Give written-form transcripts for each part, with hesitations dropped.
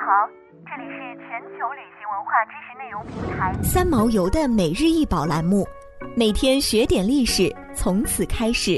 好，这里是全球旅行文化知识内容平台三毛游的每日一宝栏目，每天学点历史，从此开始。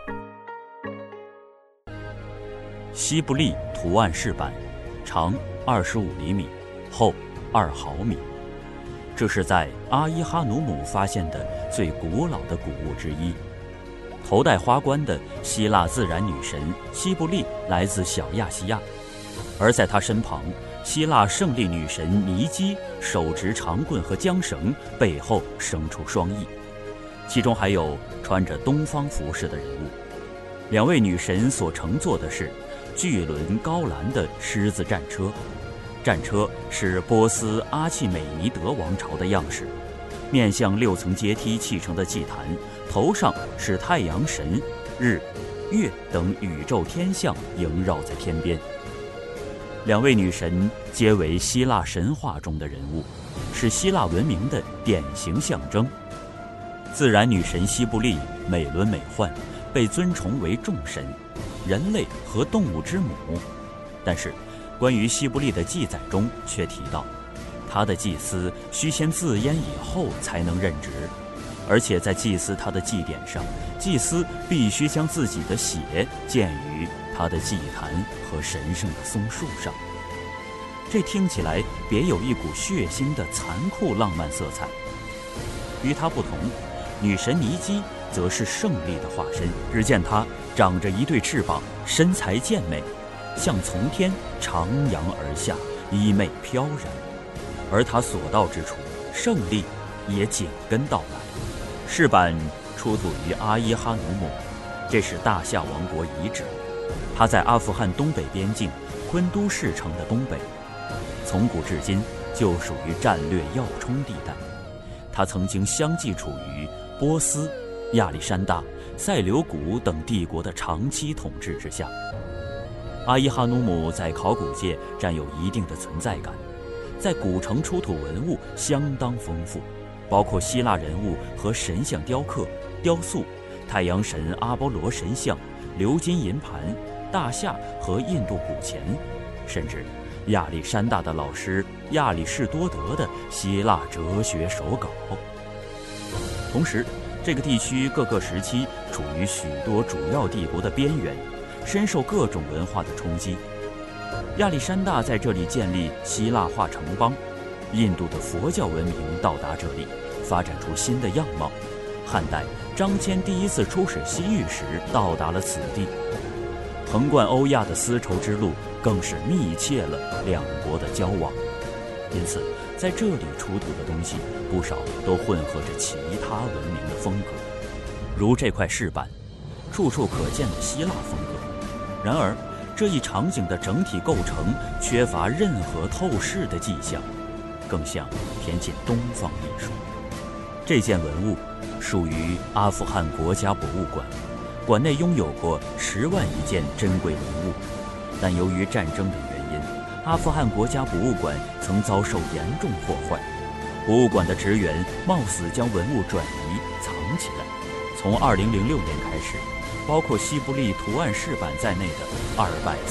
西部利图案饰板，长25厘米，厚2毫米。这是在阿伊哈努姆发现的最古老的古物之一。头戴花冠的希腊自然女神西布利来自小亚细亚，而在她身旁，希腊胜利女神尼基手执长棍和缰绳，背后生出双翼，其中还有穿着东方服饰的人物。两位女神所乘坐的是巨轮高栏的狮子战车，战车是波斯阿契美尼德王朝的样式，面向6层阶梯砌成的祭坛，头上是太阳神、日、月等宇宙天象萦绕在天边。两位女神皆为希腊神话中的人物，是希腊文明的典型象征。自然女神西布利美轮美奂，被尊崇为众神、人类和动物之母。但是关于西布利的记载中却提到，她的祭司需先自阉以后才能任职，而且在祭祀她的祭典上，祭司必须将自己的血溅于她的祭坛和神圣的松树上。这听起来别有一股血腥的残酷浪漫色彩。与她不同，女神尼基则是胜利的化身。只见她长着一对翅膀，身材健美，像从天徜徉而下，衣袂飘然。而她所到之处，胜利也紧跟到来。饰板出土于阿伊哈努姆，这是大夏王国遗址，它在阿富汗东北边境昆都士城的东北，从古至今就属于战略要冲地带。它曾经相继处于波斯、亚历山大、塞琉古等帝国的长期统治之下。阿伊哈努姆在考古界占有一定的存在感，在古城出土文物相当丰富，包括希腊人物和神像雕刻、雕塑、太阳神阿波罗神像、鎏金银盘、大夏和印度古钱，甚至亚历山大的老师亚里士多德的希腊哲学手稿。同时，这个地区各个时期处于许多主要帝国的边缘，深受各种文化的冲击。亚历山大在这里建立希腊化城邦，印度的佛教文明到达这里，发展出新的样貌。汉代张骞第一次出使西域时到达了此地，横贯欧亚的丝绸之路更是密切了两国的交往。因此在这里出土的东西不少都混合着其他文明的风格，如这块饰板，处处可见的希腊风格。然而这一场景的整体构成缺乏任何透视的迹象，更像偏近东方艺术。这件文物属于阿富汗国家博物馆，馆内拥有过10万余件珍贵文物，但由于战争的原因，阿富汗国家博物馆曾遭受严重破坏。博物馆的职员冒死将文物转移藏起来。从2006年开始，包括西布利图案饰板在内的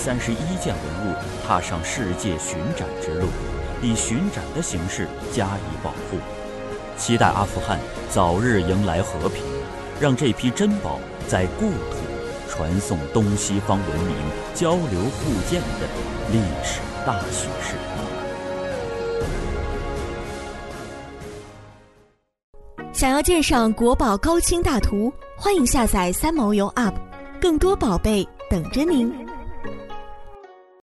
231件文物踏上世界巡展之路，以巡展的形式加以保护。期待阿富汗早日迎来和平，让这批珍宝在故土传送东西方文明交流互鉴的历史大叙事。 想要鉴赏国宝高清大图，欢迎下载三毛游 App， 更多宝贝等着您。